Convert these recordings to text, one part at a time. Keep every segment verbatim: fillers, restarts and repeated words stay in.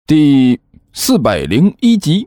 第四百零一集。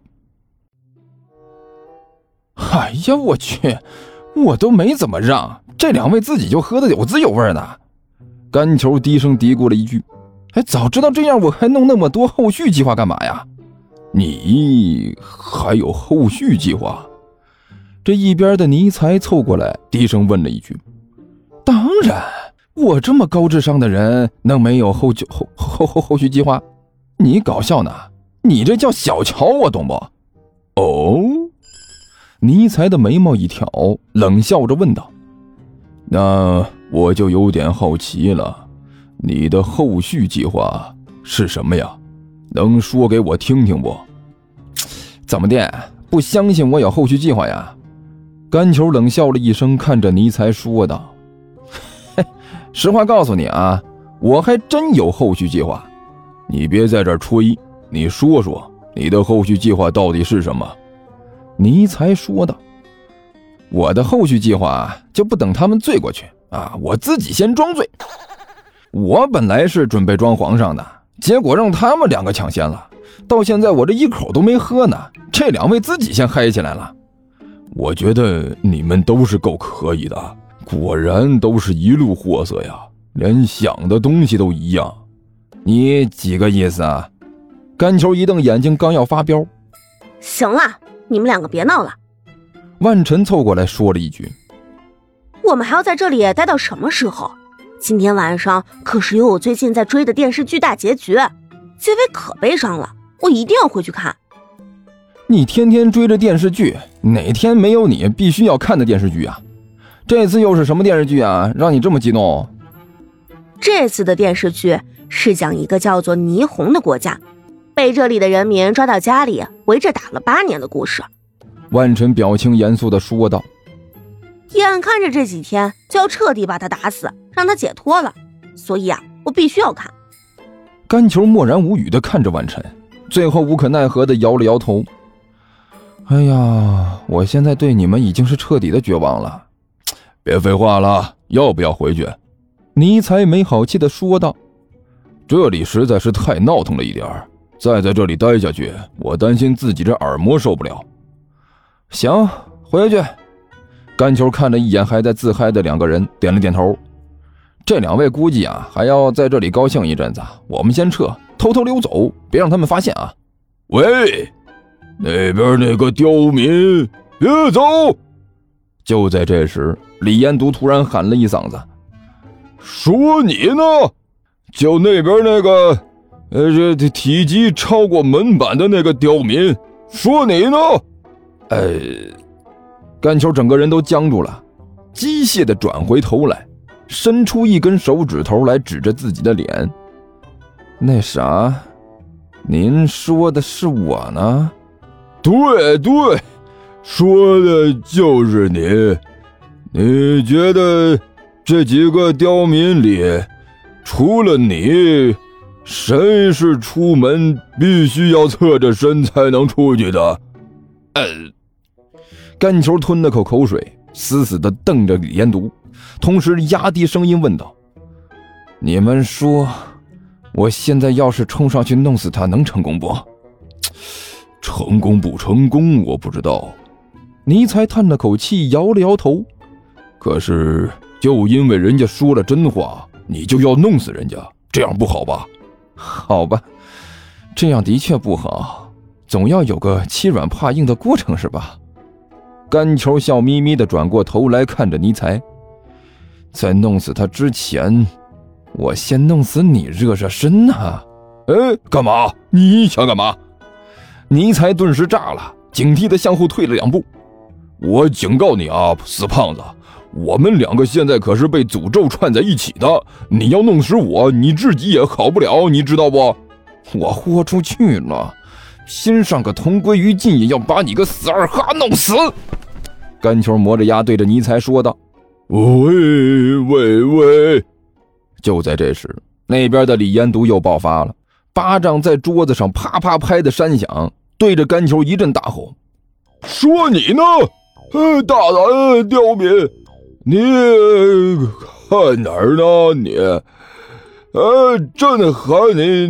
哎呀，我去，我都没怎么让，这两位自己就喝得有滋有味呢。甘球低声嘀咕了一句：哎，早知道这样我还弄那么多后续计划干嘛呀？你还有后续计划？这一边的尼才凑过来低声问了一句。当然，我这么高智商的人能没有后后后后后续计划？你搞笑呢？你这叫小瞧我懂不？哦，尼才的眉毛一挑，冷笑着问道：那我就有点好奇了，你的后续计划是什么呀？能说给我听听不？怎么的，不相信我有后续计划呀？甘球冷笑了一声，看着尼才说道：嘿，实话告诉你啊，我还真有后续计划。你别在这儿吹，你说说你的后续计划到底是什么？尼才说道：我的后续计划就不等他们醉过去啊，我自己先装醉。我本来是准备装皇上的，结果让他们两个抢先了，到现在我这一口都没喝呢，这两位自己先嗨起来了。我觉得你们都是够可以的，果然都是一路货色呀，连想的东西都一样。你几个意思啊？甘球一瞪眼睛，刚要发飙。 行了，你们两个别闹了。 万晨凑过来说了一句： 我们还要在这里待到什么时候？今天晚上可是有我最近在追的电视剧大结局，结尾可悲伤了，我一定要回去看。 你天天追着电视剧，哪天没有你必须要看的电视剧啊？这次又是什么电视剧啊，让你这么激动？ 这次的电视剧是讲一个叫做霓虹的国家，被这里的人民抓到家里围着打了八年的故事。 万晨表情严肃地说道： 眼看着这几天就要彻底把他打死，让他解脱了，所以啊，我必须要看。 甘球默然无语地看着万晨，最后无可奈何地摇了摇头。哎呀，我现在对你们已经是彻底的绝望了。别废话了，要不要回去？尼才没好气地说道：这里实在是太闹腾了一点，再在这里待下去，我担心自己这耳膜受不了。行，回去。甘球看了一眼还在自嗨的两个人，点了点头。这两位估计啊还要在这里高兴一阵子，我们先撤，偷偷溜走，别让他们发现啊。喂，那边那个刁民，别走！就在这时，李延独突然喊了一嗓子：说你呢？就那边那个呃，这体积超过门板的那个刁民，说你呢？呃，甘球整个人都僵住了，机械地转回头来，伸出一根手指头来指着自己的脸。那啥，您说的是我呢？对对，说的就是你。你觉得这几个刁民里，除了你，谁是出门必须要侧着身才能出去的？呃，甘球吞了口口水，死死地瞪着李延独，同时压低声音问道：你们说，我现在要是冲上去弄死他，能成功不？成功不成功我不知道。尼才叹了口气，摇了摇头。可是就因为人家说了真话，你就要弄死人家，这样不好吧？好吧，这样的确不好，总要有个欺软怕硬的过程是吧？甘球笑眯眯地转过头来看着尼才，在弄死他之前，我先弄死你热热身啊！哎，干嘛？你想干嘛？尼才顿时炸了，警惕地向后退了两步。我警告你啊，死胖子，我们两个现在可是被诅咒串在一起的，你要弄死我，你自己也好不了，你知道不？我豁出去了，心上个同归于尽，也要把你个死二哈弄死！甘球磨着牙对着尼才说道：喂喂喂！就在这时，那边的李延独又爆发了，巴掌在桌子上啪啪拍的山响，对着甘球一阵大吼：说你呢，呃，大胆刁民，你看哪儿呢你？呃，朕喊你，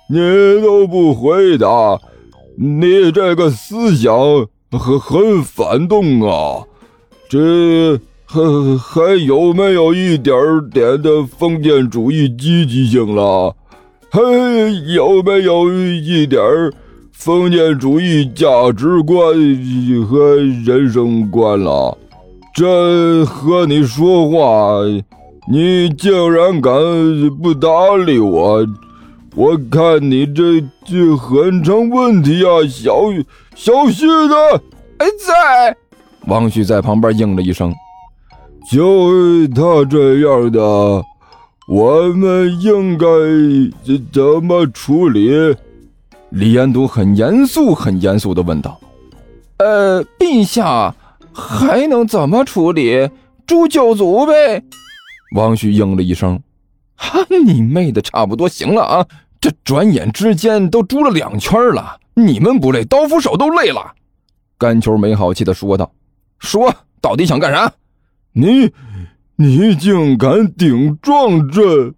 你都不回答，你这个思想很很反动啊！这还还有没有一点点的封建主义积极性了？还有没有一点封建主义价值观和人生观了？这和你说话，你竟然敢不搭理我！我看你这这很成问题啊，小小旭子！ 哎，在王旭在旁边应了一声。 就他这样的，我们应该怎么处理？ 李延都很严肃很严肃地问道。呃，陛下还能怎么处理？诛九族呗。王旭应了一声。哈，你妹的，差不多行了啊！这转眼之间都诛了两圈了，你们不累，刀斧手都累了。甘球没好气地说道。说，到底想干啥？ 你你竟敢顶撞朕！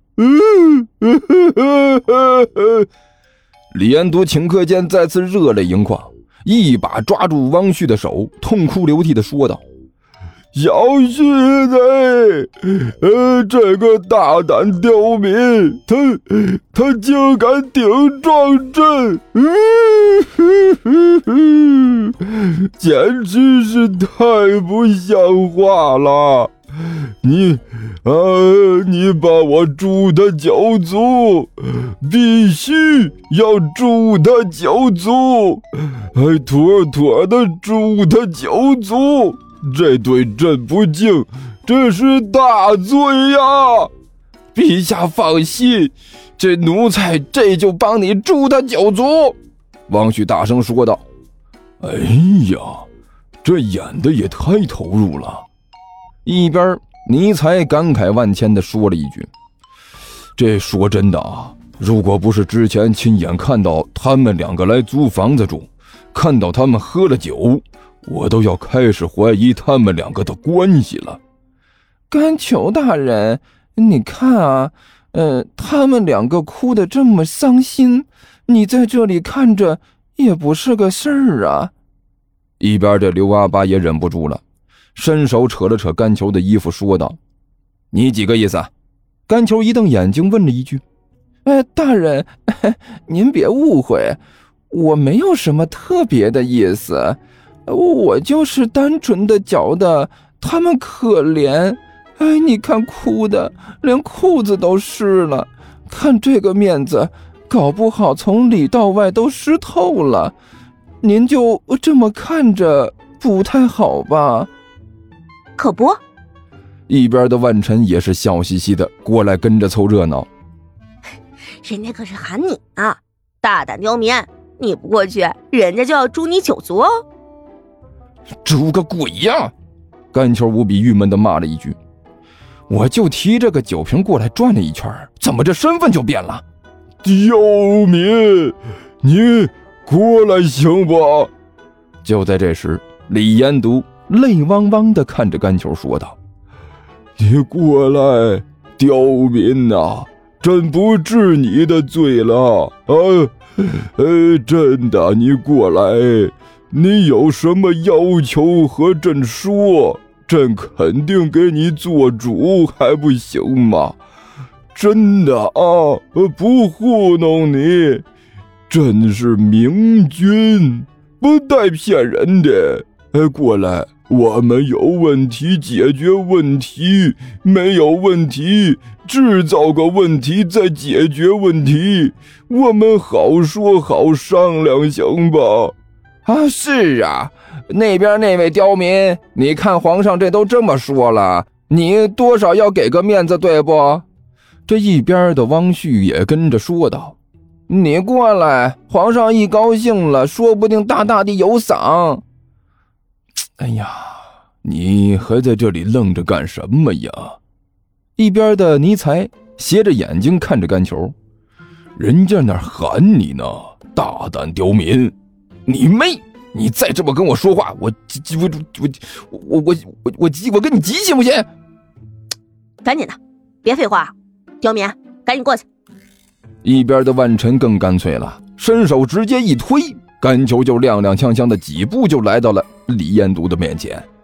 李延都顷刻间再次热泪盈眶，一把抓住汪旭的手，痛哭流涕地说道： 小旭子，呃，这个大胆刁民，他他竟敢顶撞朕，呃、简直是太不像话了！你，呃，你把我诛他九族，必须要诛他九族，还妥妥的诛他九族！这对朕不敬，这是大罪呀！ 陛下放心，这奴才这就帮你诛他九族。王旭大声说道。 哎呀，这演的也太投入了。 一边尼才感慨万千地说了一句： 这说真的啊，如果不是之前亲眼看到他们两个来租房子住，看到他们喝了酒，我都要开始怀疑他们两个的关系了。 甘球大人，你看啊，呃，他们两个哭得这么伤心，你在这里看着也不是个事儿啊。 一边的刘阿八也忍不住了，伸手扯了扯甘球的衣服说道：你几个意思？ 甘球一瞪眼睛问了一句：哎，大人，您别误会，我没有什么特别的意思，我就是单纯的觉得他们可怜。哎，你看哭的连裤子都湿了，看这个面子，搞不好从里到外都湿透了。您就这么看着不太好吧？ 可不。 一边的万晨也是笑嘻嘻的过来跟着凑热闹。 人家可是喊你啊，大胆刁民，你不过去，人家就要诛你九族哦。 诛个鬼呀！甘球无比郁闷地骂了一句。我就提这个酒瓶过来转了一圈，怎么这身份就变了？ 刁民，你过来行不？ 就在这时，李延都泪汪汪地看着甘球说道： 你过来，刁民啊，朕不治你的罪了啊！呃，真的，你过来，你有什么要求和朕说，朕肯定给你做主，还不行吗？真的啊，不糊弄你，朕是明君，不带骗人的。哎，过来，我们有问题解决问题，没有问题制造个问题再解决问题，我们好说好商量，行吧？ 啊，是啊，那边那位刁民，你看皇上这都这么说了，你多少要给个面子，对不？这一边的汪旭也跟着说道：你过来，皇上一高兴了，说不定大大的有赏。 哎呀，你还在这里愣着干什么呀？ 一边的尼才斜着眼睛看着甘球， 人家那儿喊你呢，大胆刁民！ 你妹！你再这么跟我说话，我我我我我我我我跟你急行不行？ 赶紧的，别废话，刁民，赶紧过去！ 一边的万晨更干脆了，伸手直接一推，甘球就踉踉跄跄的几步就来到了李彦祖的面前。